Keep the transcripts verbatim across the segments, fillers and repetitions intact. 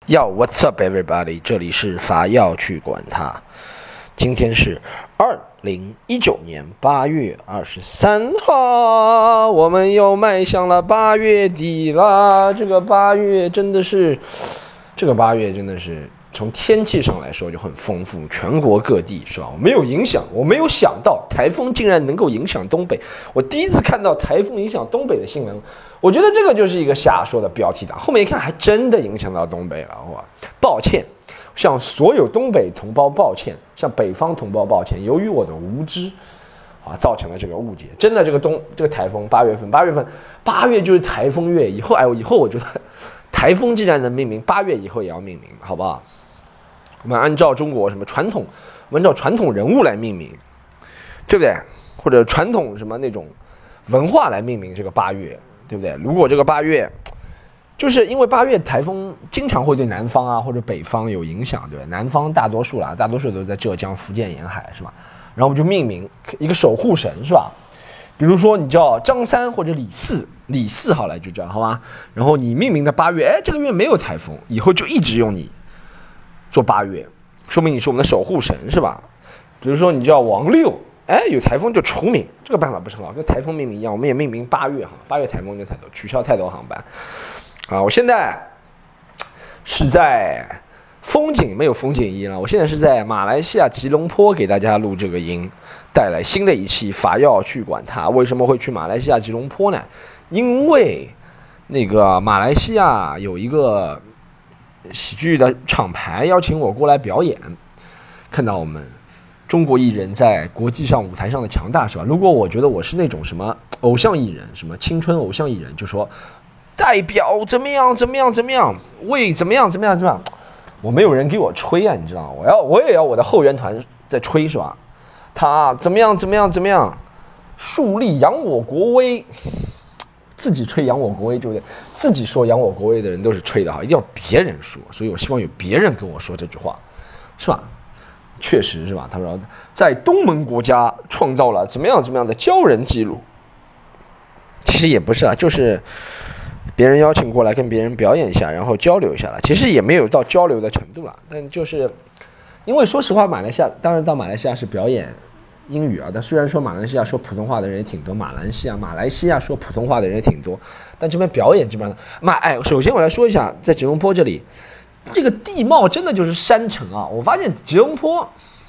Yo, what's up, everybody？ 这里是法要去管它。今天是二零一九年八月二十三号，我们又迈向了八月底啦。这个八月真的是，这个八月真的是从天气上来说就很丰富，全国各地是吧？我没有影响，我没有想到台风竟然能够影响东北。我第一次看到台风影响东北的新闻。我觉得这个就是一个瞎说的标题党，后面一看还真的影响到东北了，哇！抱歉，向所有东北同胞抱歉，向北方同胞抱歉，由于我的无知，啊，造成了这个误解。真的，这个东这个台风八月份，八月份八月就是台风月，以后哎，以后我觉得台风既然能命名，八月以后也要命名，好不好？我们按照中国什么传统，我们按照传统人物来命名，对不对？或者传统什么那种文化来命名这个八月。对不对？如果这个八月，就是因为八月台风经常会对南方啊或者北方有影响，对吧？南方大多数啦，大多数都在浙江、福建沿海，是吧？然后我们就命名一个守护神，是吧？比如说你叫张三或者李四，李四好了就这样，好吧？然后你命名的八月，哎，这个月没有台风，以后就一直用你做八月，说明你是我们的守护神，是吧？比如说你叫王六。哎，有台风就除名，这个办法不是很好，跟台风命名一样，我们也命名八月哈，八月台风就太多，取消太多航班。啊，我现在是在风景没有风景音了，我现在是在马来西亚吉隆坡给大家录这个音，带来新的一期法要去管它。为什么会去马来西亚吉隆坡呢？因为那个马来西亚有一个喜剧的厂牌邀请我过来表演，看到我们。中国艺人在国际上舞台上的强大是吧？如果我觉得我是那种什么偶像艺人，什么青春偶像艺人，就说代表怎么样怎么样怎么样，为怎么样怎么样怎么样，我没有人给我吹啊，你知道吗？我要我也要我的后援团在吹是吧？他怎么样怎么样怎么样，树立扬我国威，自己吹扬我国威对不对？自己说扬我国威的人都是吹的哈，一定要别人说，所以我希望有别人跟我说这句话，是吧？确实是吧？他说，在东盟国家创造了怎么样怎么样的骄人记录。其实也不是啊，就是别人邀请过来跟别人表演一下，然后交流一下了。其实也没有到交流的程度了，但就是因为说实话，马来西亚当然到马来西亚是表演英语啊，但虽然说马来西亚说普通话的人也挺多，马来西亚马来西亚说普通话的人也挺多，但这边表演基本上马哎，首先我来说一下，在吉隆坡这里。这个地貌真的就是山城啊！我发现吉隆坡，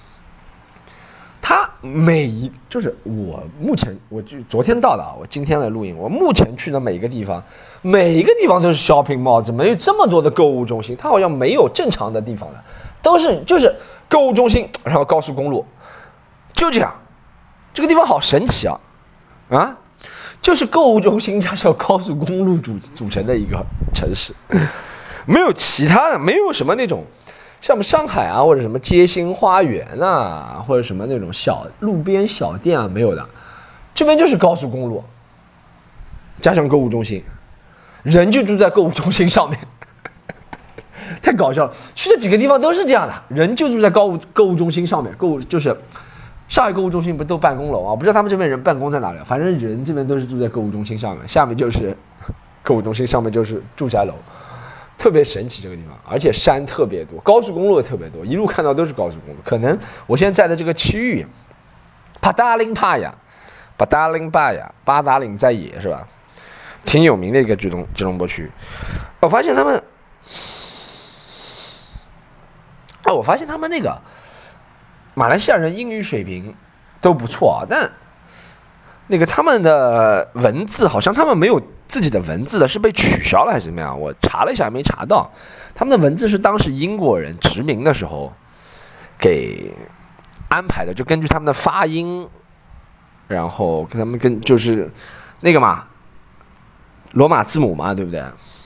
它每一就是我目前我就昨天到的啊，我今天来录音。我目前去的每一个地方，每一个地方都是 shopping mall， 怎么有这么多的购物中心？它好像没有正常的地方了，都是就是购物中心，然后高速公路，就这样。这个地方好神奇啊！啊，就是购物中心加上高速公路组组成的一个城市。没有其他的，没有什么那种，像我们上海啊，或者什么街心花园啊，或者什么那种小路边小店啊，没有的。这边就是高速公路，加上购物中心，人就住在购物中心上面，太搞笑了。去的几个地方都是这样的，人就住在购物购物中心上面，购物就是上海购物中心不都办公楼啊？不知道他们这边人办公在哪里，反正人这边都是住在购物中心上面，下面就是购物中心，上面就是住宅楼。特别神奇这个地方，而且山特别多，高速公路也特别多，一路看到都是高速公路。可能我现在在的这个区域，帕达林帕亚，巴达林巴亚，八达岭在野是吧？挺有名的一个吉隆吉隆坡区。我发现他们，哦，我发现他们那个马来西亚人英语水平都不错啊，但那个他们的文字好像他们没有。自己的文字的是被取消了还是怎么样？我查了一下没查到，他们的文字是当时英国人殖民的时候给安排的，就根据他们的发音，然后跟他们跟就是那个嘛，罗马字母嘛，对不对？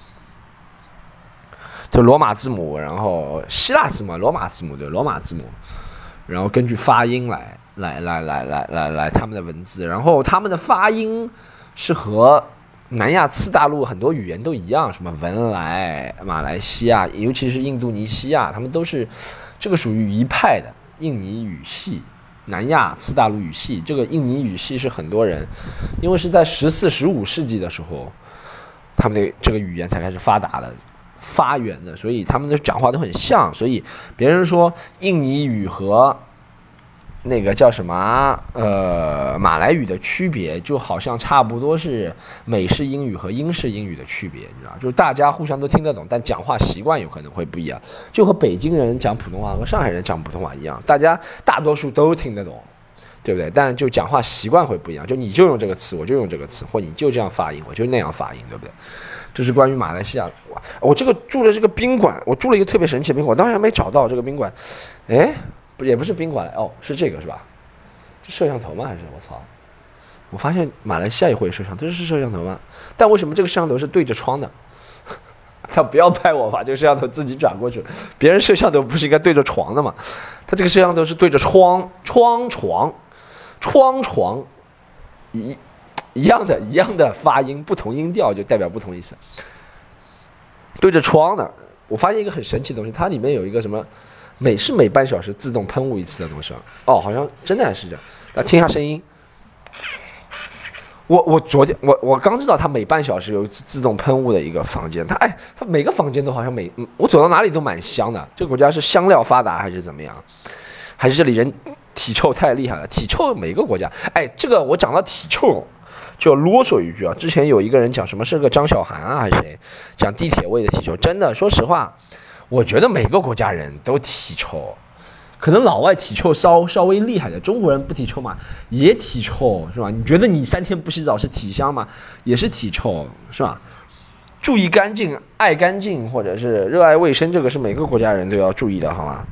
就罗马字母，然后希腊字母、罗马字母对，罗马字母，然后根据发音来来来来来来来他们的文字，然后他们的发音是和。南亚次大陆很多语言都一样，什么文莱、马来西亚，尤其是印度尼西亚，他们都是这个属于一派的印尼语系。南亚次大陆语系，这个印尼语系是很多人，因为是在十四、十五世纪的时候，他们的这个语言才开始发达的， 发源的，所以他们的讲话都很像。所以别人说印尼语和那个叫什么呃马来语的区别，就好像差不多是美式英语和英式英语的区别，你知道，就是大家互相都听得懂，但讲话习惯有可能会不一样，就和北京人讲普通话和上海人讲普通话一样，大家大多数都听得懂，对不对？但就讲话习惯会不一样，就你就用这个词，我就用这个词，或你就这样发音，我就那样发音，对不对？这是关于马来西亚。我这个住的这个宾馆，我住了一个特别神奇的宾馆，我当时还没找到这个宾馆，哎。不也不是宾馆哦，是这个是吧？这摄像头吗？还是我操？我发现马来西亚也会有摄像头，这是摄像头吗？但为什么这个摄像头是对着窗的？他不要拍我，把这个摄像头自己转过去。别人摄像头不是应该对着床的吗？他这个摄像头是对着窗，窗床，窗床，一一样的，一样的发音，不同音调就代表不同意思。对着窗的，我发现一个很神奇的东西，它里面有一个什么？每是每半小时自动喷雾一次的东西哦，好像真的还是这样。来听一下声音。我我昨天我我刚知道它每半小时有一次自动喷雾的一个房间，它哎它每个房间都好像每嗯我走到哪里都蛮香的。这个国家是香料发达还是怎么样？还是这里人体臭太厉害了？体臭每个国家哎，这个我讲到体臭就啰嗦一句啊。之前有一个人讲什么是个张小涵啊还是谁讲地铁位的体臭，真的说实话。我觉得每个国家人都体臭，可能老外体臭稍稍微厉害的，中国人不体臭嘛，也体臭是吧？你觉得你三天不洗澡是体香吗？也是体臭是吧？注意干净、爱干净或者是热爱卫生，这个是每个国家人都要注意的，好吗？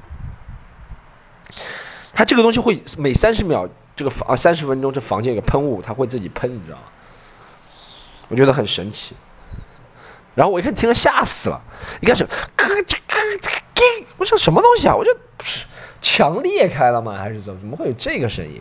它这个东西会每三十秒，这个房啊三十分钟，这房间有个喷雾，它会自己喷，你知道吗？我觉得很神奇。然后我一看听了吓死了，一开始咯吱咯吱咯，我说什么东西啊？我就墙裂开了吗？还是怎么？怎么会有这个声音？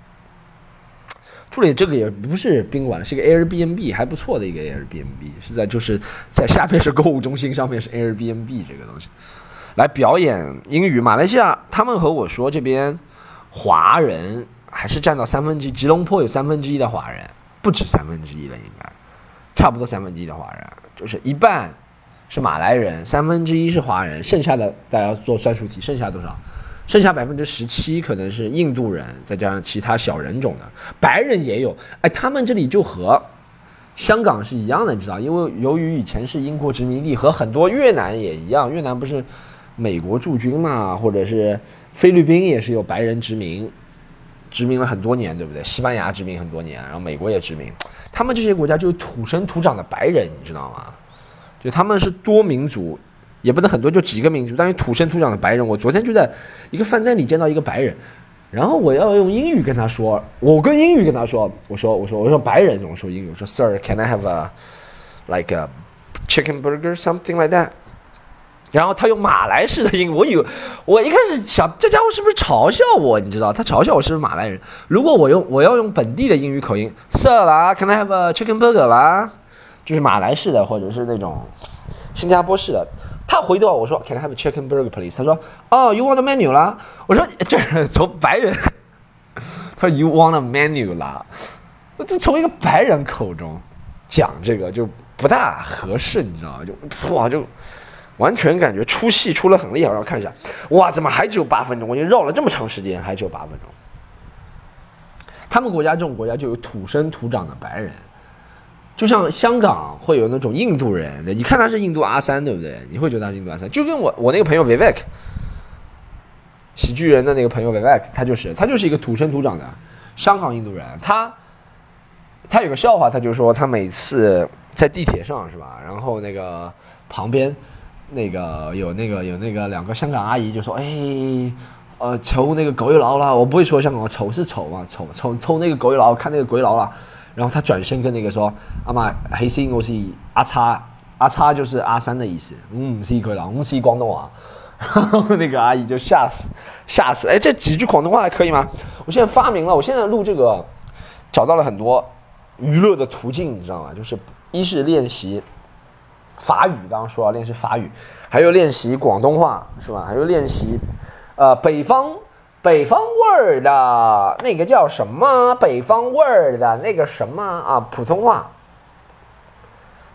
住里这个也不是宾馆，是一个 Airbnb， 还不错的一个 Airbnb， 是在就是在下面是购物中心，上面是 Airbnb 这个东西，来表演英语。马来西亚他们和我说这边华人还是占到三分之一，吉隆坡有三分之一的华人，不止三分之一了，应该差不多三分之一的华人。就是一半是马来人，三分之一是华人，剩下的大家要做算术题，剩下多少？剩下百分之十七可能是印度人，再加上其他小人种的，白人也有。哎，他们这里就和香港是一样的，你知道，因为由于以前是英国殖民地，和很多越南也一样，越南不是美国驻军嘛，或者是菲律宾也是有白人殖民，殖民了很多年，对不对？西班牙殖民很多年，然后美国也殖民。他们这些国家就是土生土长的白人，你知道吗？就他们是多民族，也不能很多，就几个民族，但是土生土长的白人。我昨天就在一个饭店里见到一个白人，然后我要用英语跟他说，我跟英语跟他说，我说我说我说白人怎么说英语？我说 Sir，can I have a like a chicken burger something like that？然后他用马来式的英语，我以为我一开始想这家伙是不是嘲笑我，你知道，他嘲笑我是不是马来人。如果我用我要用本地的英语口音 ，Sir 啦 ，Can I have a chicken burger 啦，就是马来式的或者是那种新加坡式的。他回答我说 ，Can I have a chicken burger please？ 他说，哦 ，You want a menu 啦？我说这是从白人，他说 You want a menu 啦？这从一个白人口中讲这个就不大合适，你知道吗？就哇就。完全感觉出戏出了很厉害，让我看一下，哇，怎么还只有八分钟？我已经绕了这么长时间，还只有八分钟。他们国家这种国家就有土生土长的白人，就像香港会有那种印度人，你看他是印度阿三，对不对？你会觉得他是印度阿三，就跟我我那个朋友 Vivek， 喜剧人的那个朋友 Vivek， 他就是他就是一个土生土长的香港印度人。他他有个笑话，他就说他每次在地铁上是吧，然后那个旁边。那个有那个有那个两个香港阿姨就说，哎，呃，抽那个鬼佬啦，我不会说香港的抽是抽嘛，抽抽抽那个鬼佬，看那个鬼佬啦。然后他转身跟那个说，阿媽起先我是阿叉，阿叉就是阿三的意思，嗯，是鬼佬，我是廣東話。然後那個阿姨就嚇死，嚇死！哎，這幾句廣東話還可以嗎？我現在發明了，我現在錄這個，找到了很多娛樂的途徑，你知道嗎？就是一是練習。法語剛剛說了練習法語，還有練習廣東話是吧？還有練習，呃，北方北方味兒的那個叫什麼？北方味兒的那個什麼啊？普通話，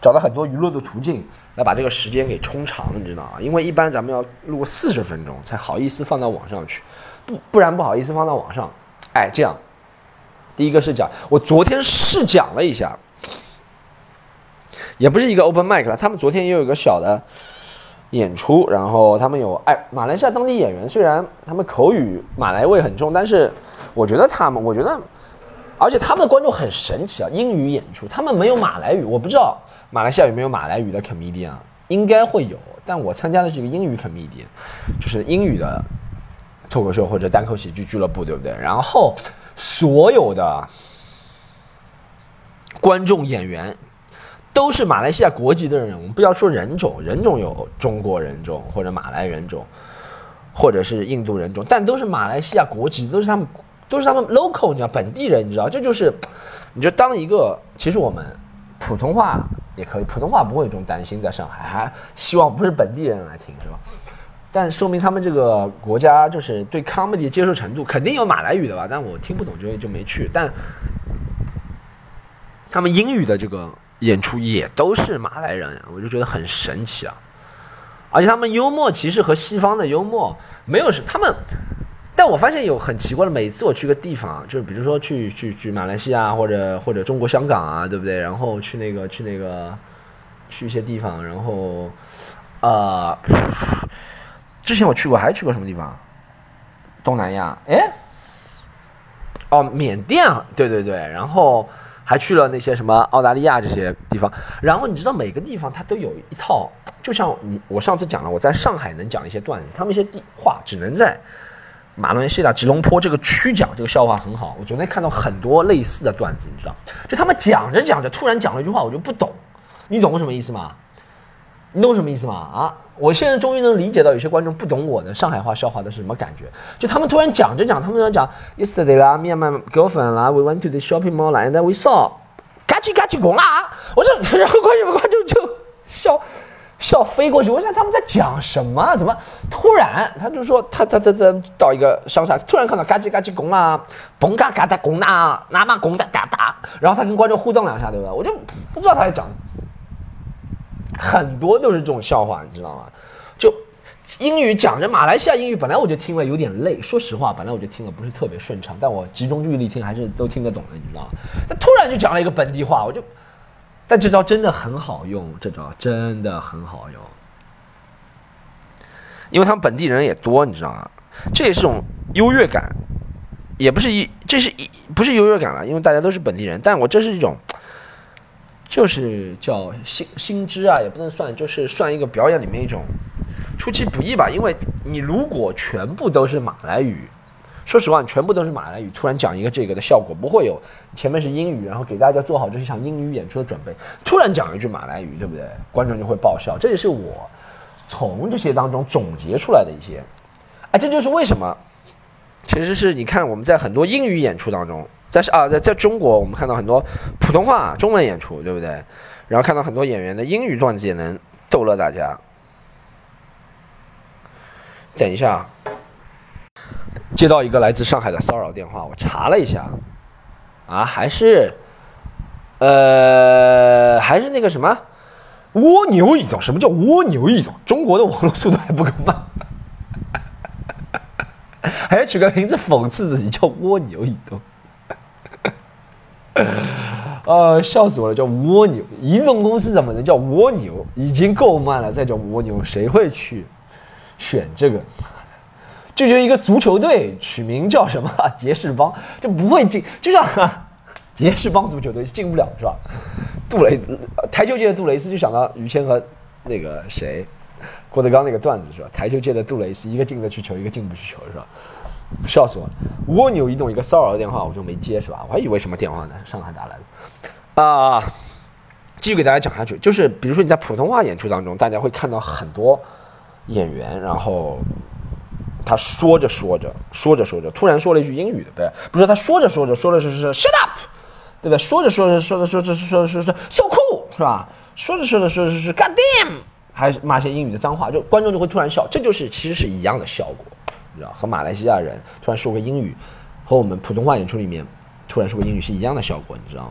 找到很多娱乐的途径来把这个时间给充长，你知道吗？因为一般咱们要录个四十分钟才好意思放到网上去，不不然不好意思放到网上。哎，这样，第一个是讲，我昨天试讲了一下，也不是一个 open mic 了，他们昨天也有一个小的演出，然后他们有哎，马来西亚当地演员，虽然他们口语马来味很重，但是我觉得他们，我觉得。而且他们的观众很神奇啊，英语演出，他们没有马来语，我不知道马来西亚有没有马来语的 comedian， 应该会有，但我参加的是一个英语 comedian， 就是英语的脱口秀或者单口喜剧俱乐部，对不对？然后所有的观众演员都是马来西亚国籍的人，我们不要说人种，人种有中国人种或者马来人种，或者是印度人种，但都是马来西亚国籍，都是他们。都是他们 local， 你知道，本地人，你知道，这就是，你就当一个，其实我们普通话也可以，普通话不会有这种担心，在上海还希望不是本地人来听，是吧？但说明他们这个国家就是对 comedy 的接受程度肯定有马来语的吧，但我听不懂就就没去。但他们英语的这个演出也都是马来人，我就觉得很神奇啊！而且他们幽默其实和西方的幽默没有是他们。但我发现有很奇怪的，每次我去个地方，就是比如说去去去马来西亚或者或者中国香港啊，对不对？然后去那个去那个去一些地方，然后呃，之前我去过，还去过什么地方？东南亚，哎，哦，缅甸，对对对，然后还去了那些什么澳大利亚这些地方。然后你知道每个地方它都有一套，就像你我上次讲了，我在上海能讲一些段子，他们一些地话只能在。马来西亚吉隆坡这个区讲这个笑话很好，我昨天看到很多类似的段子，你知道，就他们讲着讲着突然讲了一句话，我就不懂，你懂什么意思吗？你懂什么意思吗？啊，我现在终于能理解到有些观众不懂我的上海话笑话的是什么感觉，就他们突然讲着讲，他们突然讲 yesterday 啦 ，me and my girlfriend 啦 ，we went to the shopping mall 啦 ，and then we saw 嘎叽嘎叽拱啦，我说然后观众观众就笑。笑飞过去，我想他们在讲什么？怎么突然他就说他他他他到一个商场，突然看到嘎叽嘎叽拱啦，嘣嘎嘎哒拱啦，那么拱哒嘎哒，然后他跟观众互动两下，对不对？我就不知道他在讲，很多都是这种笑话，你知道吗？就英语讲着马来西亚英语，本来我就听了有点累，说实话，本来我就听了不是特别顺畅，但我集中注意力听还是都听得懂的，你知道吗？他突然就讲了一个本地话，我就。但这招真的很好用，这招真的很好用，因为他们本地人也多，你知道吗？这也是种优越感，也不是一，这是一不是优越感了，因为大家都是本地人。但我这是一种，就是叫新新知啊，也不能算，就是算一个表演里面一种出其不意吧。因为你如果全部都是马来语。说实话，你全部都是马来语，突然讲一个这个的效果不会有。前面是英语，然后给大家做好这场英语演出的准备，突然讲一句马来语，对不对？观众就会爆笑。这也是我从这些当中总结出来的一些。哎，这就是为什么，其实是你看我们在很多英语演出当中，在啊在在中国我们看到很多普通话中文演出，对不对？然后看到很多演员的英语段子也能逗乐大家。等一下。接到一个来自上海的骚扰电话，我查了一下，啊，还是，呃，还是那个什么，蜗牛移动。什么叫蜗牛移动？中国的网络速度还不够慢，还要取个名字讽刺自己，叫蜗牛移动。呃，笑死我了，叫蜗牛。移动公司怎么能叫蜗牛？已经够慢了，再叫蜗牛，谁会去选这个？就觉得一个足球队取名叫什么杰士邦，这不会进，就像杰士邦足球队进不了是吧？杜雷台球界的杜蕾斯就想到于谦和那个谁郭德纲那个段子是吧？台球界的杜蕾斯一个进得去球，一个进不去球是吧？笑死我了！蜗牛移动一个骚扰的电话我就没接是吧？我还以为什么电话呢？是上海打来的啊、呃！继续给大家讲下去，就是比如说你在普通话演出当中，大家会看到很多演员，然后。他说着说着说着说着，突然说了一句英语的，对，不是他说着说着说的是是 shut up， 对吧？说着说着说着说着说着说着 so cool 是吧？说着说着说着是 god damn， 还骂些英语的脏话，就观众就会突然笑，这就是其实是一样的效果，你知道，和马来西亚人突然说个英语，和我们普通话演出里面突然说个英语是一样的效果，你知道吗？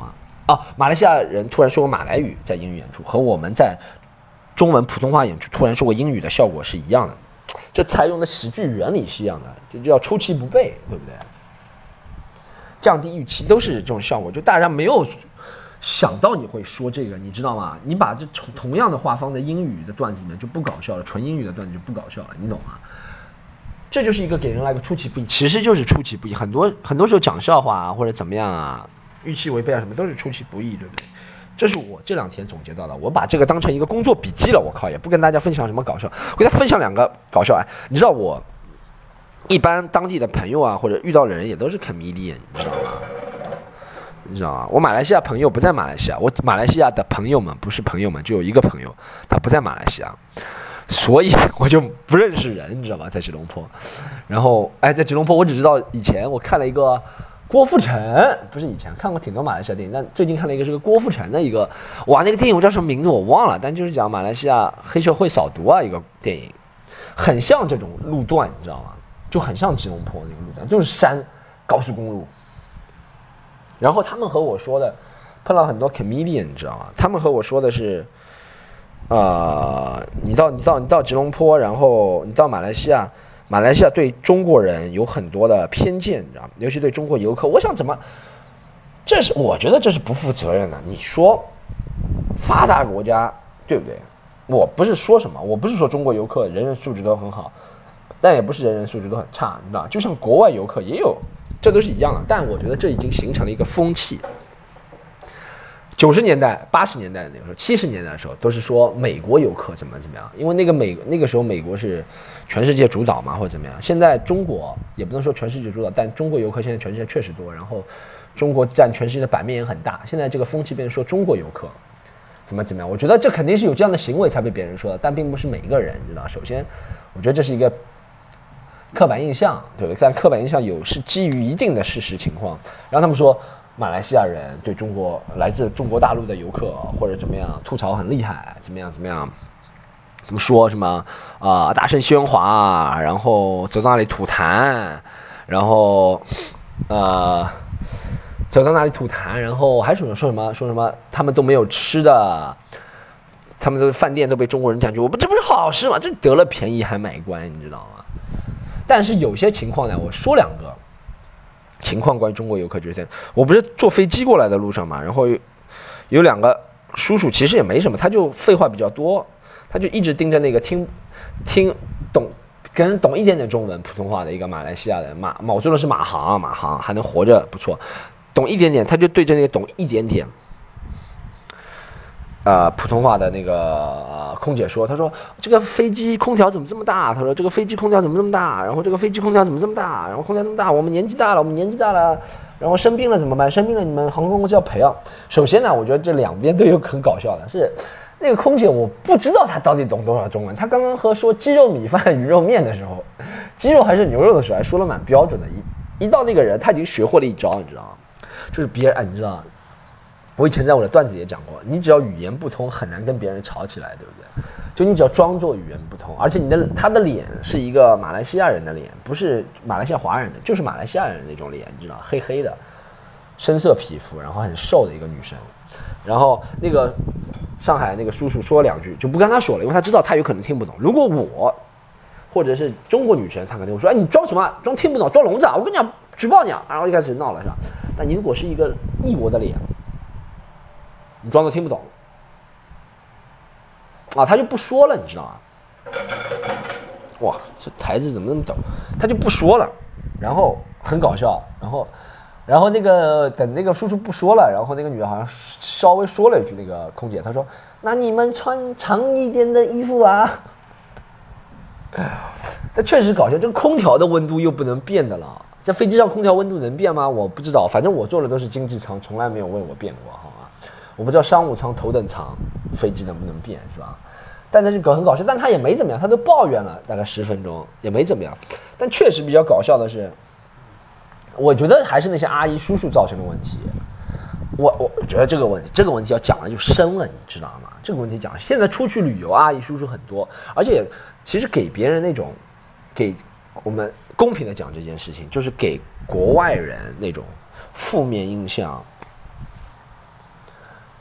啊，马来西亚人突然说过马来语在英语演出，和我们在中文普通话演出突然说过英语的效果是一样的，这采用的喜剧原理是一样的，就叫出其不备，对不对？降低预期都是这种效果，就大家没有想到你会说这个，你知道吗？你把这同样的话放在英语的段子里面就不搞笑了，纯英语的段子就不搞笑了，你懂吗？这就是一个给人来个出其不意，其实就是出其不意。很多很多时候讲笑话啊或者怎么样啊，预期违背啊什么都是出其不意，对不对？这是我这两天总结到的，我把这个当成一个工作笔记了。我靠，也不跟大家分享什么搞笑，我给大家分享两个搞笑。哎，你知道我一般当地的朋友啊，或者遇到的人也都是 comedian， 你知道吗？你知道吗？我马来西亚朋友不在马来西亚，我马来西亚的朋友们不是朋友们，只有一个朋友，他不在马来西亚，所以我就不认识人，你知道吗？在吉隆坡，然后哎，在吉隆坡，我只知道以前我看了一个。郭富城不是以前看过挺多马来西亚电影，但最近看了一个是个郭富城的一个，哇，那个电影我叫什么名字我忘了，但就是讲马来西亚黑社会扫毒啊一个电影，很像这种路段，你知道吗？就很像吉隆坡那个路段，就是山高速公路。然后他们和我说的，碰到很多 comedian， 你知道吗？他们和我说的是，呃，你到你到你到吉隆坡，然后你到马来西亚。马来西亚对中国人有很多的偏见，你知道吗？尤其对中国游客，我想怎么，这是我觉得这是不负责任的。你说发达国家对不对？我不是说什么，我不是说中国游客人人素质都很好，但也不是人人素质都很差，你知道？就像国外游客也有，这都是一样的。但我觉得这已经形成了一个风气。九十年代、八十年代的那个时候，七十年代的时候，都是说美国游客怎么怎么样，因为那个美那个时候美国是全世界主导嘛，或者怎么样。现在中国也不能说全世界主导，但中国游客现在全世界确实多，然后中国占全世界的版面也很大。现在这个风气变成说中国游客怎么怎么样，我觉得这肯定是有这样的行为才被别人说的，但并不是每一个人，你知道。首先，我觉得这是一个刻板印象，对不对？但刻板印象有是基于一定的事实情况，然后他们说。马来西亚人对中国来自中国大陆的游客或者怎么样吐槽很厉害，怎么样怎么样，怎么说什么啊、呃、大声喧哗，然后走到那里吐痰，然后呃走到那里吐痰，然后还说说什么说什么他们都没有吃的，他们的饭店都被中国人占据，我们这不是好事吗？这得了便宜还买乖，你知道吗？但是有些情况呢，我说两个。情况关于中国游客觉得，我不是坐飞机过来的路上嘛，然后有两个叔叔，其实也没什么，他就废话比较多，他就一直盯着那个听听懂跟懂一点点中文普通话的一个马来西亚的马，我做的是马航，马航还能活着不错，懂一点点，他就对着那个懂一点点。呃，普通话的那个、呃、空姐说，她说这个飞机空调怎么这么大？她说这个飞机空调怎么这么大？然后这个飞机空调怎么这么大？然后空调这么大，我们年纪大了，我们年纪大了，然后生病了怎么办？生病了你们航空公司要赔啊。首先呢，我觉得这两边都有很搞笑的，是那个空姐我不知道她到底懂多少中文。她刚刚和说鸡肉米饭鱼肉面的时候，鸡肉还是牛肉的时候还说了蛮标准的。一一到那个人，他已经学会了一招，你知道吗？就是别人，哎，你知道。我以前在我的段子也讲过，你只要语言不通，很难跟别人吵起来，对不对？就你只要装作语言不通，而且你的他的脸是一个马来西亚人的脸，不是马来西亚华人的，就是马来西亚人那种脸，你知道，黑黑的，深色皮肤，然后很瘦的一个女生。然后那个上海那个叔叔说两句，就不跟他说了，因为他知道他有可能听不懂。如果我或者是中国女生，他肯定会说：“哎，你装什么？装听不懂，装聋子啊！我跟你讲，举报你啊！”然后一开始闹了，是吧？但你如果是一个异国的脸，你装作听不懂啊，他就不说了，你知道吗？哇，这台子怎么那么陡？他就不说了，然后很搞笑，然后，然后那个等那个叔叔不说了，然后那个女的好像稍微说了一句，那个空姐她说：“那你们穿长一点的衣服啊。”但确实搞笑，这个空调的温度又不能变的了，在飞机上空调温度能变吗？我不知道，反正我坐的都是经济舱，从来没有为我变过，好吗？我不知道商务舱、头等舱飞机能不能变，是吧？但是很搞笑，但他也没怎么样，他都抱怨了大概十分钟，也没怎么样。但确实比较搞笑的是，我觉得还是那些阿姨叔叔造成的问题。我我觉得这个问题，这个问题要讲了就深了，你知道吗？这个问题讲，现在出去旅游，阿姨叔叔很多，而且其实给别人那种，给我们公平的讲这件事情，就是给国外人那种负面印象。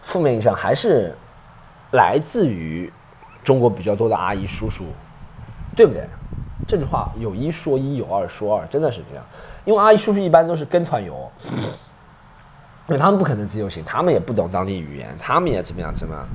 负面印象还是来自于中国比较多的阿姨叔叔，对不对？这句话有一说一，有二说二，真的是这样。因为阿姨叔叔一般都是跟团游，因为他们不可能自由行，他们也不懂当地语言，他们也怎么样怎么样。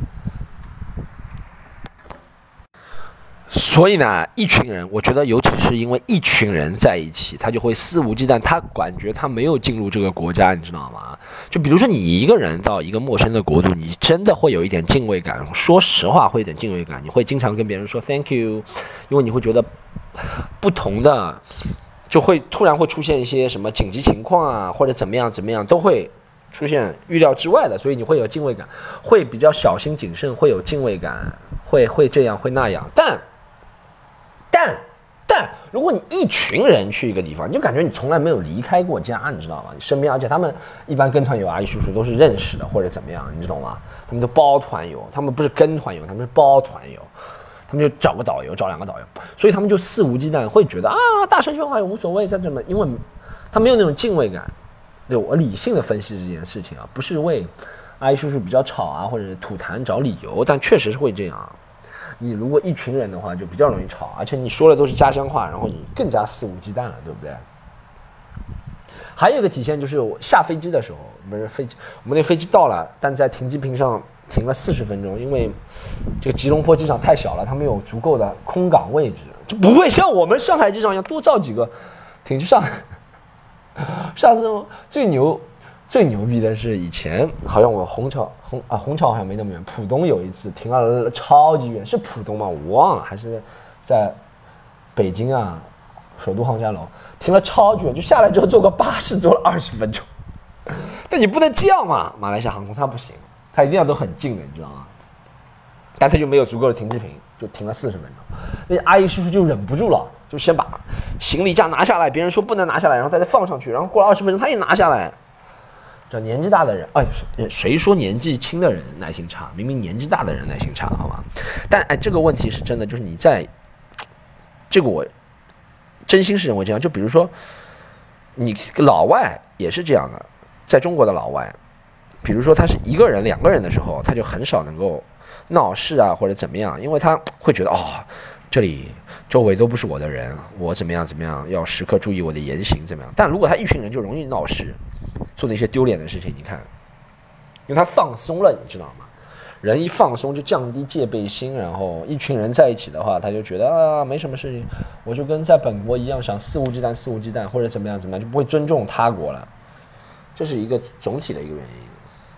所以呢，一群人，我觉得尤其是因为一群人在一起，他就会肆无忌惮，他感觉他没有进入这个国家，你知道吗？就比如说你一个人到一个陌生的国度，你真的会有一点敬畏感。说实话，会有点敬畏感，你会经常跟别人说 thank you， 因为你会觉得不同的，就会突然会出现一些什么紧急情况啊，或者怎么样怎么样，都会出现预料之外的，所以你会有敬畏感，会比较小心谨慎，会有敬畏感，会会这样会那样，但。但但如果你一群人去一个地方，你就感觉你从来没有离开过家，你知道吗？你身边，而且他们一般跟团游阿姨叔叔都是认识的或者怎么样，你知道吗？他们都包团游，他们不是跟团游，他们是包团游，他们就找个导游，找两个导游，所以他们就肆无忌惮，会觉得啊大声说话也无所谓，再怎么，因为他没有那种敬畏感。对，我理性的分析这件事情啊，不是为阿姨叔叔比较吵啊或者吐痰找理由，但确实是会这样。你如果一群人的话，就比较容易吵，而且你说的都是家乡话，然后你更加肆无忌惮了，对不对？还有一个体现就是我下飞机的时候，不是飞机，我们那飞机到了，但在停机坪上停了四十分钟，因为这个吉隆坡机场太小了，它没有足够的空港位置，就不会像我们上海机场一样多造几个停机上。上次最牛。最牛逼的是以前好像我虹桥虹啊虹桥好像没那么远，浦东有一次停了超级远，是浦东吗？我忘了，还是在北京啊，首都航厦楼停了超级远，就下来之后坐个巴士坐了二十分钟。但你不能这样嘛，马来西亚航空它不行，它一定要都很近的，你知道吗？但它就没有足够的停机坪，就停了四十分钟。那阿姨叔叔就忍不住了，就先把行李架拿下来，别人说不能拿下来，然后再放上去，然后过了二十分钟他也拿下来。这年纪大的人，哎，谁说年纪轻的人耐心差？明明年纪大的人耐心差，好吧？但哎，这个问题是真的，就是你在，这个我真心是认为这样。就比如说，你老外也是这样的，在中国的老外，比如说他是一个人、两个人的时候，他就很少能够闹事啊或者怎么样，因为他会觉得哦，这里周围都不是我的人，我怎么样怎么样，要时刻注意我的言行怎么样。但如果他一群人，就容易闹事。做那些丢脸的事情，你看，因为他放松了，你知道吗？人一放松就降低戒备心，然后一群人在一起的话，他就觉得啊没什么事情，我就跟在本国一样，想肆无忌惮、肆无忌惮或者怎么样怎么样，就不会尊重他国了。这是一个总体的一个原因。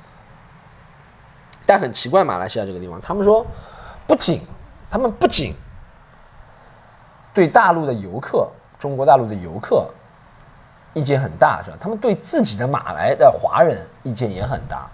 但很奇怪，马来西亚这个地方，他们说不仅他们不仅对大陆的游客，中国大陆的游客。意见很大，是吧？他们对自己的马来的华人意见也很大，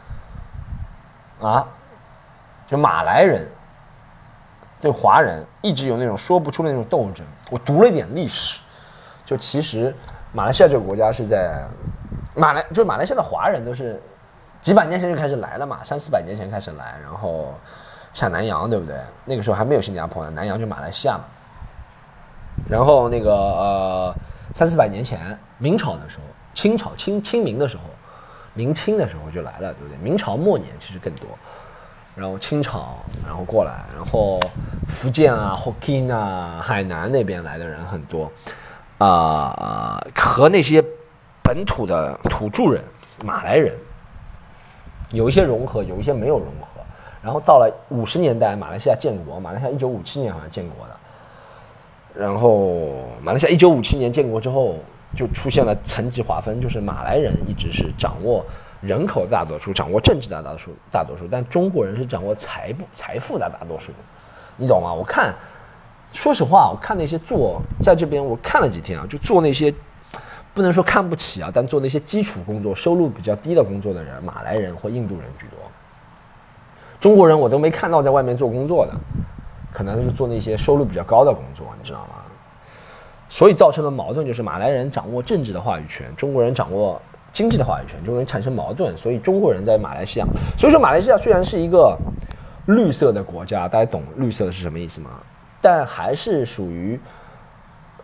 啊，就马来人对华人一直有那种说不出的那种斗争。我读了一点历史，就其实马来西亚这个国家是在马来，就马来西亚的华人都是几百年前就开始来了嘛，三四百年前开始来，然后下南洋，对不对？那个时候还没有新加坡呢，南洋就马来西亚嘛。然后那个呃。三四百年前，明朝的时候，清朝清清明的时候，明清的时候就来了，对不对？明朝末年其实更多，然后清朝，然后过来，然后福建啊、福建啊、海南那边来的人很多，啊、呃，和那些本土的土著人、马来人有一些融合，有一些没有融合。然后到了五十年代，马来西亚建国，马来西亚一九五七年好像建国的。然后马来西亚一九五七年建国之后，就出现了层级划分，就是马来人一直是掌握人口大多数，掌握政治大多数，大多数，但中国人是掌握财富财富的大多数，你懂吗？我看，说实话，我看那些做在这边，我看了几天啊，就做那些不能说看不起啊，但做那些基础工作、收入比较低的工作的人，马来人或印度人居多，中国人我都没看到在外面做工作的。可能是做那些收入比较高的工作，你知道吗？所以造成了矛盾，就是马来人掌握政治的话语权，中国人掌握经济的话语权，就容易产生矛盾。所以中国人在马来西亚，所以说马来西亚虽然是一个绿色的国家，大家懂绿色的是什么意思吗？但还是属于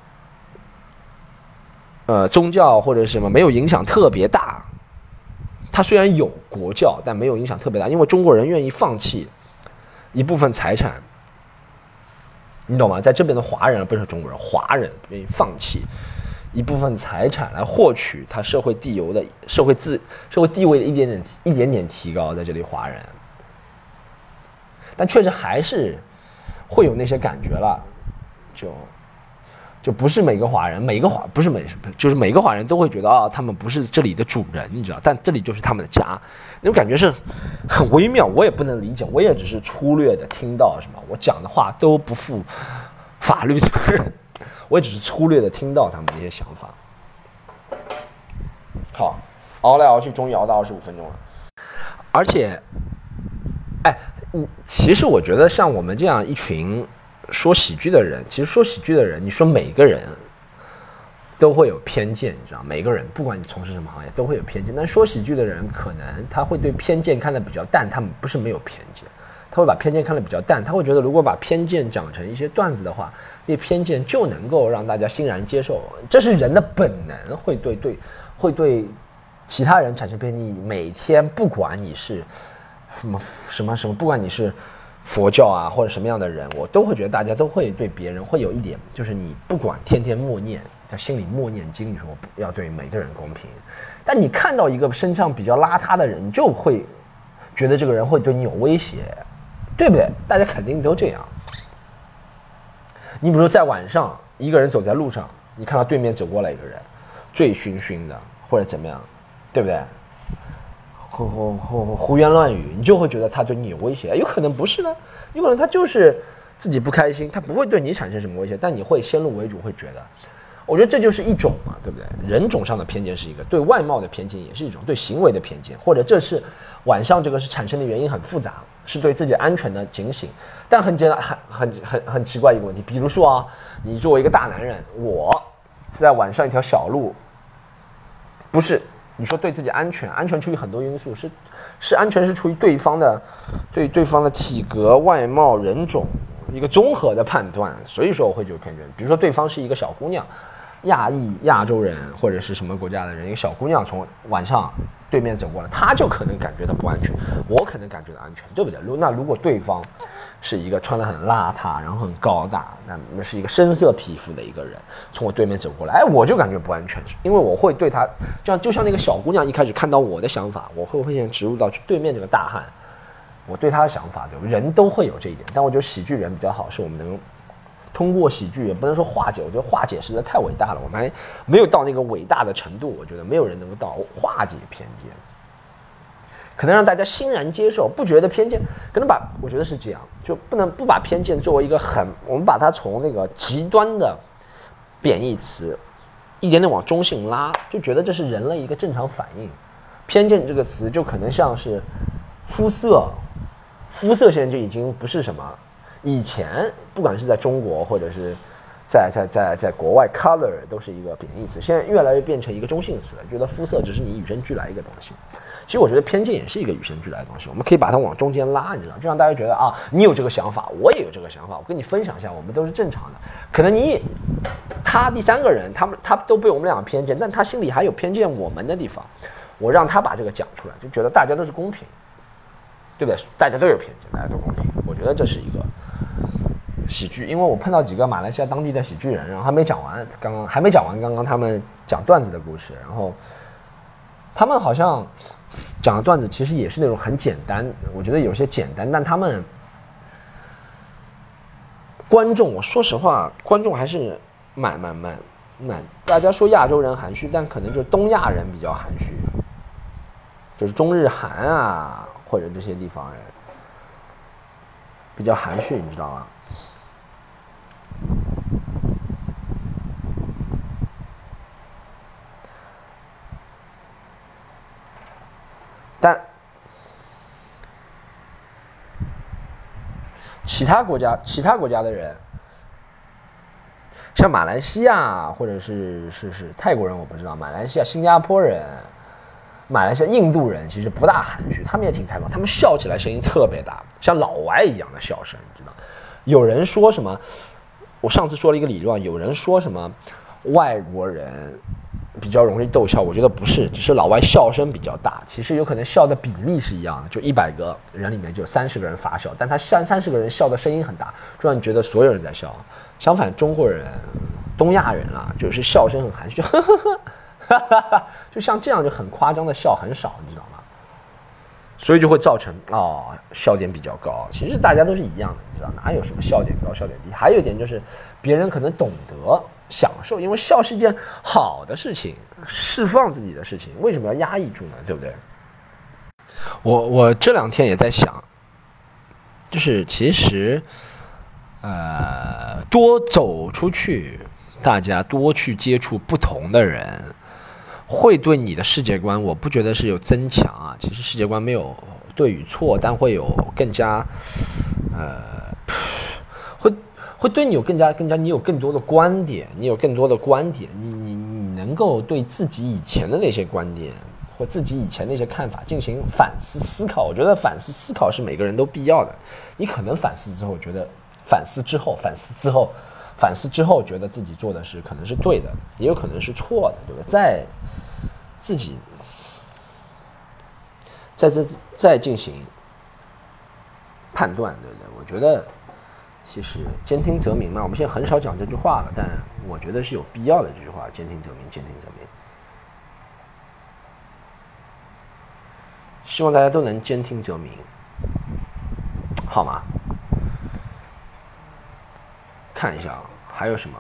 呃宗教或者什么没有影响特别大。 它虽然有国教，但没有影响特别大，因为中国人愿意放弃一部分财产，你懂吗？在这边的华人不是中国人，华人愿意放弃一部分财产来获取他社会地位的社会自社会地位的一点点一点点提高，在这里华人，但确实还是会有那些感觉了，就就不是每个华人，每个华不是每就是每个华人都会觉得啊，他们不是这里的主人，你知道，但这里就是他们的家，那种感觉是很微妙，我也不能理解，我也只是粗略的听到什么，我讲的话都不负法律责任。我也只是粗略的听到他们的一些想法。好，熬来熬去，终于熬到二十五分钟了。而且，哎，其实我觉得像我们这样一群说喜剧的人，其实说喜剧的人，你说每个人都会有偏见，你知道，每个人不管你从事什么行业都会有偏见。但说喜剧的人可能他会对偏见看得比较淡，他们不是没有偏见，他会把偏见看得比较淡，他会觉得如果把偏见讲成一些段子的话，这偏见就能够让大家欣然接受，这是人的本能，会对对会对其他人产生偏见。你每天不管你是什么什么什么，不管你是佛教啊或者什么样的人，我都会觉得大家都会对别人会有一点，就是你不管天天默念，在心里默念经，你说我要对每个人公平，但你看到一个身上比较邋遢的人，你就会觉得这个人会对你有威胁，对不对？大家肯定都这样。你比如说在晚上，一个人走在路上，你看到对面走过来一个人，醉醺醺的或者怎么样，对不对？胡胡胡胡言乱语，你就会觉得他对你有威胁。有可能不是呢，有可能他就是自己不开心，他不会对你产生什么威胁，但你会先入为主，会觉得，我觉得这就是一种嘛，对不对？人种上的偏见是一个，对外貌的偏见也是一种，对行为的偏见，或者这是晚上这个是产生的原因很复杂，是对自己安全的警醒。但很简单，很很很很奇怪一个问题，比如说啊，你作为一个大男人，我在晚上一条小路，不是你说对自己安全，安全出于很多因素，是是安全是出于对方的对对方的体格、外貌、人种一个综合的判断，所以说我会有偏见。比如说对方是一个小姑娘，亚裔、亚洲人或者是什么国家的人，一个小姑娘从晚上对面走过来，她就可能感觉到不安全，我可能感觉到安全，对不对？那如果对方是一个穿得很邋遢，然后很高大，那是一个深色皮肤的一个人从我对面走过来，哎，我就感觉不安全，因为我会对他，就像就像那个小姑娘一开始看到我的想法，我会会先植入到去对面这个大汉，我对他的想法，对，人都会有这一点。但我觉得喜剧人比较好，是我们能通过喜剧，也不能说化解，我觉得化解实在太伟大了，我们还没有到那个伟大的程度，我觉得没有人能够到化解偏见。可能让大家欣然接受，不觉得偏见，可能把我觉得是这样，就不能不把偏见作为一个很，我们把它从那个极端的贬义词，一点点往中性拉，就觉得这是人类一个正常反应。偏见这个词就可能像是肤色，肤色现在就已经不是什么，以前不管是在中国或者是在在在在国外 ，color 都是一个贬义词，现在越来越变成一个中性词了，觉得肤色只是你与生俱来一个东西。其实我觉得偏见也是一个与生俱来的东西，我们可以把它往中间拉，你知道，就让大家觉得啊，你有这个想法，我也有这个想法，我跟你分享一下，我们都是正常的。可能你他第三个人，他们他都被我们两个偏见，但他心里还有偏见我们的地方，我让他把这个讲出来，就觉得大家都是公平，对不对？大家都有偏见，大家都公平，我觉得这是一个喜剧。因为我碰到几个马来西亚当地的喜剧人，然后还没讲完，刚刚还没讲完，刚刚他们讲段子的故事，然后他们好像讲的段子其实也是那种很简单，我觉得有些简单，但他们观众，我说实话，观众还是蛮蛮蛮蛮，大家说亚洲人含蓄，但可能就是东亚人比较含蓄，就是中日韩啊或者这些地方人比较含蓄，你知道吗？但其他国家，其他国家的人，像马来西亚或者是是是泰国人，我不知道，马来西亚、新加坡人、马来西亚、印度人其实不大含蓄，他们也挺开放，他们笑起来声音特别大，像老外一样的笑声，你知道？有人说什么？我上次说了一个理论，有人说什么外国人比较容易逗笑，我觉得不是，只是老外笑声比较大。其实有可能笑的比例是一样的，就一百个人里面就有三十个人发笑，但他三三十个人笑的声音很大，就让你觉得所有人在笑。相反，中国人、东亚人啊，就是笑声很含蓄，呵呵呵，哈哈哈，就像这样就很夸张的笑很少，你知道吗？所以就会造成哦笑点比较高。其实大家都是一样的，你知道哪有什么笑点高笑点低？还有一点就是别人可能懂得享受，因为笑是一件好的事情，释放自己的事情，为什么要压抑住呢？对不对？我我这两天也在想，就是其实呃多走出去，大家多去接触不同的人。会对你的世界观，我不觉得是有增强啊。其实世界观没有对与错，但会有更加，呃，会会对你有更加更加，你有更多的观点，你有更多的观点，你你你能够对自己以前的那些观点或自己以前那些看法进行反思思考。我觉得反思思考是每个人都必要的。你可能反思之后觉得，反思之后，反思之后，反思之后觉得自己做的是可能是对的，也有可能是错的，对不对？在自己在这再进行判断，对不对？我觉得其实兼听则明嘛，我们现在很少讲这句话了，但我觉得是有必要的。这句话，兼听则明，兼听则明。希望大家都能兼听则明，好吗？看一下啊，还有什么？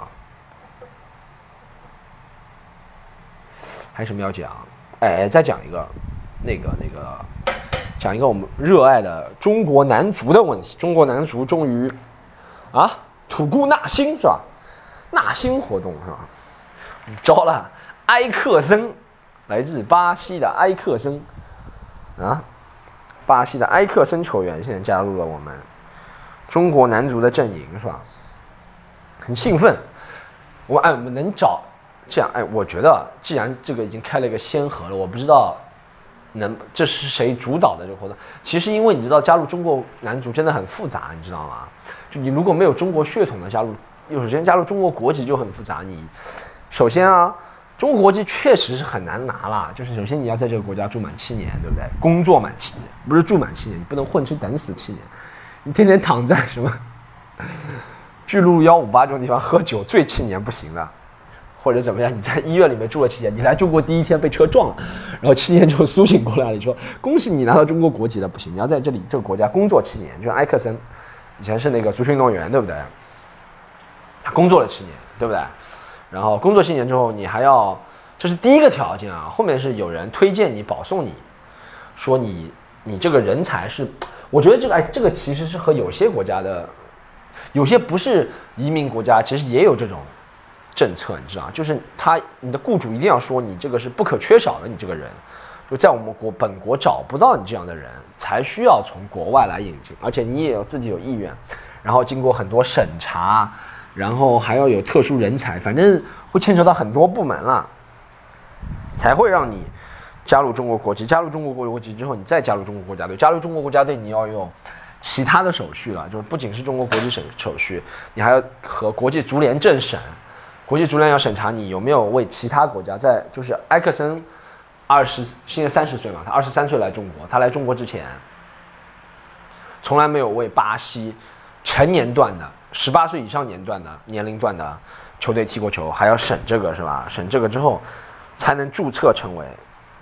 还有什么要讲？哎，再讲一个，那个那个，讲一个我们热爱的中国男足的问题。中国男足终于啊吐故纳新是吧？纳新活动是吧？招了埃克森，来自巴西的埃克森啊，巴西的埃克森球员现在加入了我们中国男足的阵营是吧？很兴奋，我哎我们能找。这样，哎，我觉得既然这个已经开了一个先河了，我不知道能这是谁主导的这个活动。其实，因为你知道，加入中国男足真的很复杂，你知道吗？就你如果没有中国血统的加入，首先加入中国国籍就很复杂。你首先啊，中国国籍确实是很难拿啦。就是首先你要在这个国家住满七年，对不对？工作满七年，不是住满七年，你不能混吃等死七年，你天天躺在什么巨鹿幺五八这种地方喝酒醉七年不行的。或者怎么样？你在医院里面住了七年，你来中国第一天被车撞了，然后七年之后苏醒过来了，你说恭喜你拿到中国国籍了，不行，你要在这里这个国家工作七年。就像埃克森，以前是那个足球运动员，对不对？他工作了七年，对不对？然后工作七年之后，你还要，这是第一个条件啊。后面是有人推荐你、保送你，说你你这个人才是，我觉得这个哎，这个其实是和有些国家的，有些不是移民国家，其实也有这种。政策你知道，就是他你的雇主一定要说你这个是不可缺少的，你这个人就在我们国本国找不到你这样的人，才需要从国外来引进，而且你也有自己有意愿，然后经过很多审查，然后还要有特殊人才，反正会牵扯到很多部门了，才会让你加入中国国籍。加入中国国籍之后，你再加入中国国家队，加入中国国家队你要有其他的手续了，就是不仅是中国国籍手手续，你还要和国际足联政审。国际足联要审查你有没有为其他国家在，就是埃克森，二十现在三十岁嘛，他二十三岁来中国，他来中国之前，从来没有为巴西成年段的十八岁以上年段的年龄段的球队踢过球，还要审这个是吧？审这个之后，才能注册成为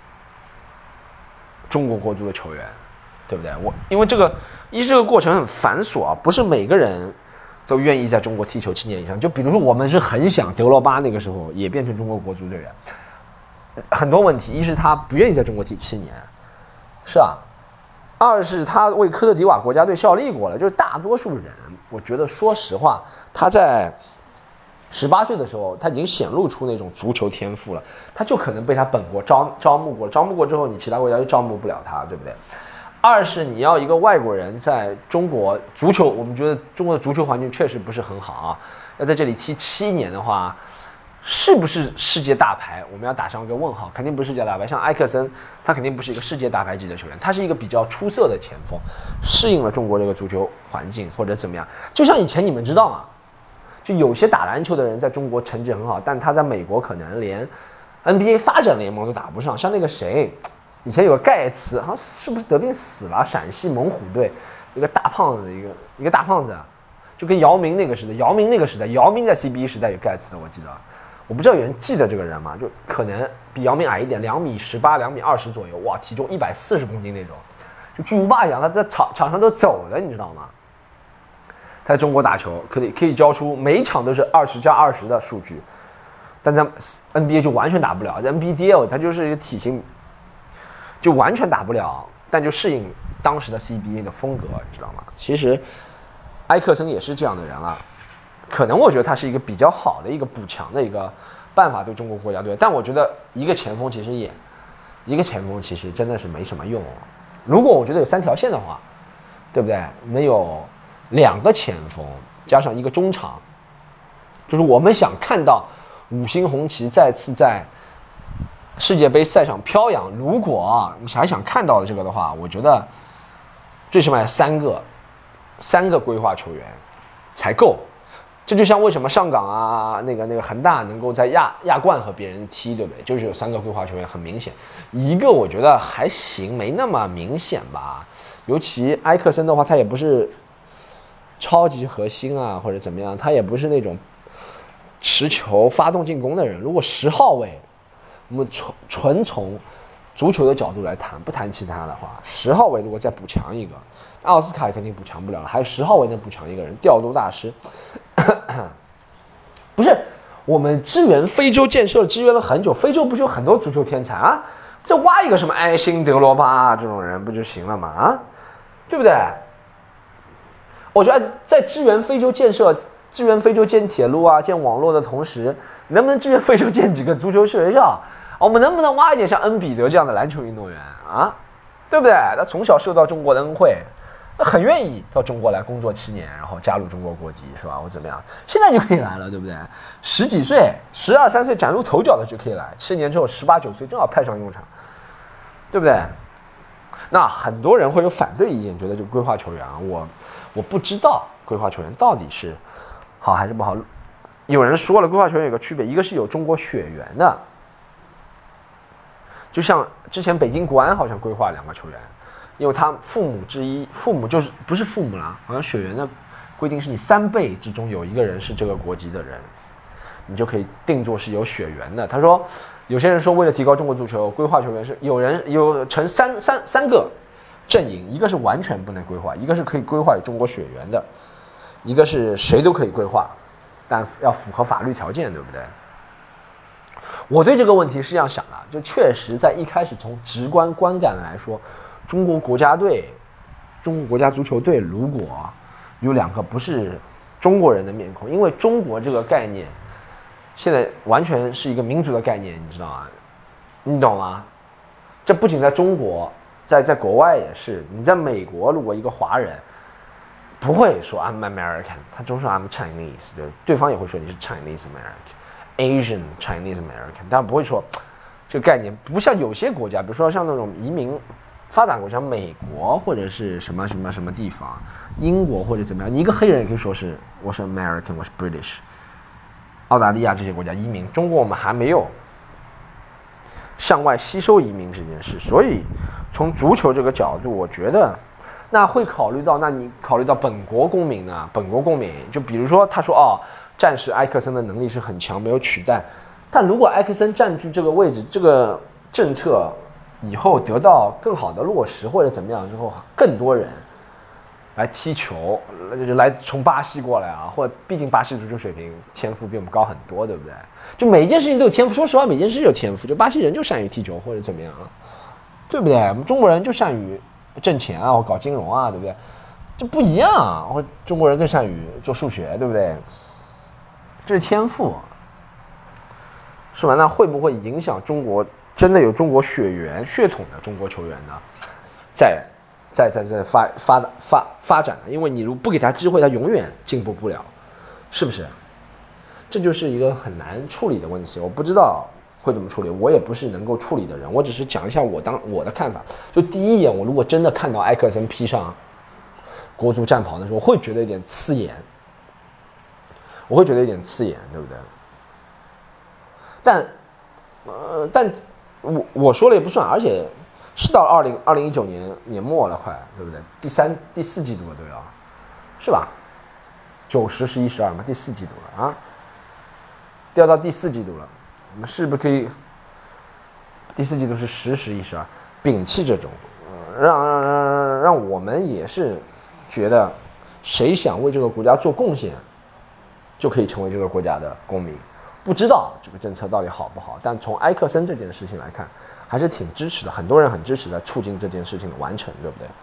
中国国足的球员，对不对？我因为这个一这个过程很繁琐啊，不是每个人。都愿意在中国踢球七年以上，就比如说我们是很想德罗巴那个时候也变成中国国足队员，很多问题，一是他不愿意在中国踢七年，是吧？二是他为科特迪瓦国家队效力过了，就是大多数人，我觉得说实话，他在十八岁的时候他已经显露出那种足球天赋了，他就可能被他本国招招募过，招募过之后，你其他国家就招募不了他，对不对？二是你要一个外国人在中国足球，我们觉得中国的足球环境确实不是很好啊。要在这里踢七年的话，是不是世界大牌？我们要打上一个问号，肯定不是世界大牌。像埃克森，他肯定不是一个世界大牌级的球员，他是一个比较出色的前锋，适应了中国这个足球环境或者怎么样。就像以前你们知道吗？就有些打篮球的人在中国成绩很好，但他在美国可能连 N B A 发展联盟都打不上，像那个谁，以前有个盖茨，好像是不是得病死了？陕西猛虎队一个大胖子，一个一个大胖子，就跟姚明那个时代，姚明那个时代，姚明在 C B A 时代有盖茨的，我记得，我不知道有人记得这个人吗？就可能比姚明矮一点，两米十八、两米二十左右，哇，体重一百四十公斤那种，就巨无霸一样，他在场场上都走了，你知道吗？他在中国打球，可以可以交出每一场都是二十加二十的数据。但在 N B A 就完全打不了，在 N B A 它就是一个体型，就完全打不了，但就适应当时的 C B A 的风格，你知道吗？其实埃克森也是这样的人了，可能我觉得他是一个比较好的一个补强的一个办法对中国国家队，但我觉得一个前锋其实也，一个前锋其实真的是没什么用。如果我觉得有三条线的话，对不对？能有两个前锋加上一个中场，就是我们想看到五星红旗再次在世界杯赛场飘扬。如果啊，你还想看到的这个的话，我觉得最起码三个三个规划球员才够。这就像为什么上港啊，那个那个恒大能够在亚亚冠和别人踢，对不对？就是有三个规划球员，很明显。一个我觉得还行，没那么明显吧。尤其埃克森的话，他也不是超级核心啊，或者怎么样，他也不是那种持球发动进攻的人。如果十号位，我们纯纯从足球的角度来谈，不谈其他的话，十号位如果再补强一个，奥斯卡肯定补强不了了，还有十号位能补强一个人，调度大师。不是我们支援非洲建设支援了很久，非洲不是有很多足球天才啊？再挖一个什么埃辛德罗巴这种人不就行了吗？啊，对不对？我觉得在支援非洲建设、支援非洲建铁路啊、建网络的同时，能不能支援非洲建几个足球学校？我们能不能挖一点像恩比德这样的篮球运动员啊？对不对？他从小受到中国的恩惠，那很愿意到中国来工作七年，然后加入中国国籍，是吧？或怎么样？现在就可以来了，对不对？十几岁、十二三岁崭露头角的就可以来，七年之后十八九岁正好派上用场，对不对？那很多人会有反对意见，觉得这个规划球员啊，我我不知道规划球员到底是好还是不好。有人说了，规划球员有个区别，一个是有中国血缘的。就像之前北京国安好像规划两个球员，因为他父母之一，父母就是不是父母啦，好像血缘的规定是你三辈之中有一个人是这个国籍的人，你就可以定作是有血缘的。他说，有些人说为了提高中国足球，规划球员是有人有成三三三个阵营，一个是完全不能规划，一个是可以规划有中国血缘的，一个是谁都可以规划，但要符合法律条件，对不对？我对这个问题是这样想的，就确实在一开始从直观观感来说，中国国家队、中国国家足球队如果有两个不是中国人的面孔，因为中国这个概念现在完全是一个民族的概念，你知道吗？你懂吗？这不仅在中国，在在国外也是。你在美国，如果一个华人不会说 I'm American， 他总说 I'm Chinese， 对，对方也会说你是 Chinese American。Asian Chinese American， 但不会说这个概念，不像有些国家，比如说像那种移民发达国家，美国或者是什么什么什么地方，英国或者怎么样，你一个黑人也可以说是我是 American， 我是 British。澳大利亚这些国家移民，中国我们还没有向外吸收移民这件事，所以从足球这个角度，我觉得那会考虑到，那你考虑到本国公民呢？本国公民就比如说他说哦。战士埃克森的能力是很强，没有取代。但如果埃克森占据这个位置，这个政策以后得到更好的落实或者怎么样之后，更多人来踢球，来从巴西过来啊，或者毕竟巴西足球水平天赋比我们高很多，对不对？就每一件事情都有天赋，说实话，每件事有天赋。就巴西人就善于踢球或者怎么样啊，对不对？我们中国人就善于挣钱啊，或搞金融啊，对不对？这不一样啊，或中国人更善于做数学，对不对？这是天赋，是吧？那会不会影响中国真的有中国血缘血统的中国球员呢？在在在在发发发发展呢？因为你如果不给他机会，他永远进步不了，是不是？这就是一个很难处理的问题。我不知道会怎么处理，我也不是能够处理的人，我只是讲一下我当我的看法。就第一眼，我如果真的看到埃克森披上国足战袍的时候，我会觉得有点刺眼。我会觉得有点刺眼，对不对？但呃，但我我说了也不算，而且是到了二零二零一九年年末了，快对不对？第三第四季度了都要，是吧？九十十一十二嘛，第四季度了啊，掉到第四季度了，我们是不是可以？第四季度是十十一十二，摒弃这种，呃、让让让让我们也是觉得，谁想为这个国家做贡献，就可以成为这个国家的公民。不知道这个政策到底好不好，但从埃克森这件事情来看，还是挺支持的，很多人很支持的，促进这件事情的完成，对不对？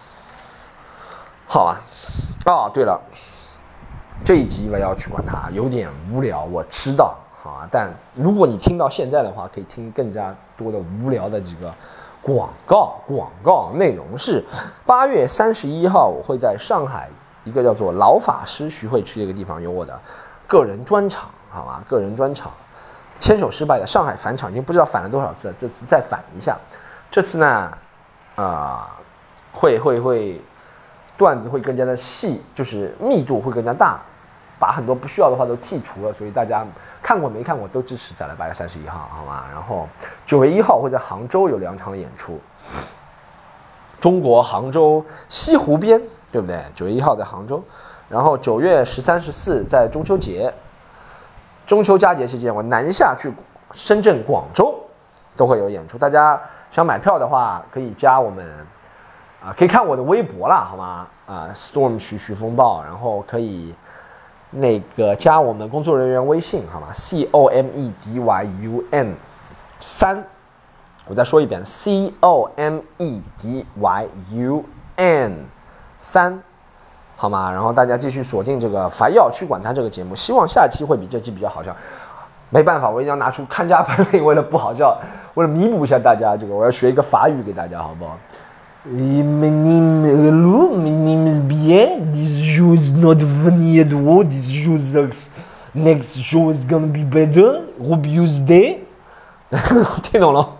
好啊，哦，对了，这一集我要去管它，有点无聊，我知道啊，但如果你听到现在的话，可以听更加多的无聊的几个广告，广告内容是八月三十一号，我会在上海一个叫做老法师徐汇区的一个地方有我的个人专场。好吧，个人专场，牵手失败的上海返场已经不知道返了多少次了，这次再返一下。这次呢，啊、呃，会会会段子会更加的细，就是密度会更加大，把很多不需要的话都剔除了。所以大家看过没看过都支持再来八月三十一号，好吗？然后九月一号会在杭州有两场的演出，中国杭州西湖边，对不对？九月一号在杭州，然后九月十三、十四在中秋节。中秋佳节期间，我南下去深圳、广州都会有演出。大家想买票的话，可以加我们啊，可以看我的微博啦，好吗？啊 ，Storm 徐徐风暴，然后可以那个加我们工作人员微信，好吗 ？C O M E D Y U N 三，我再说一遍 ，C O M E D Y U N 三。好吗？然后大家继续锁定这个凡要去管他这个节目，希望下期会比这期比较好笑。没办法，我一定要拿出看家本领，为了不好笑，为了弥补一下大家这个，我要学一个法语给大家，好不好 ？My name hello, my name is Bien. This show is not funny at all. This show sucks. Next show is gonna be better. Hope you stay. 听懂了？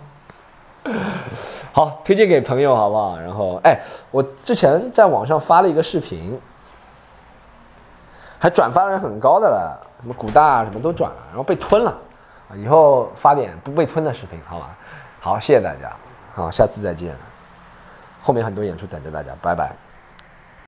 好，推荐给朋友好不好？然后，哎，我之前在网上发了一个视频。还转发人很高的了，什么古大什么都转了，然后被吞了，以后发点不被吞的视频，好吧？好，谢谢大家，好，下次再见。后面很多演出等着大家，拜拜。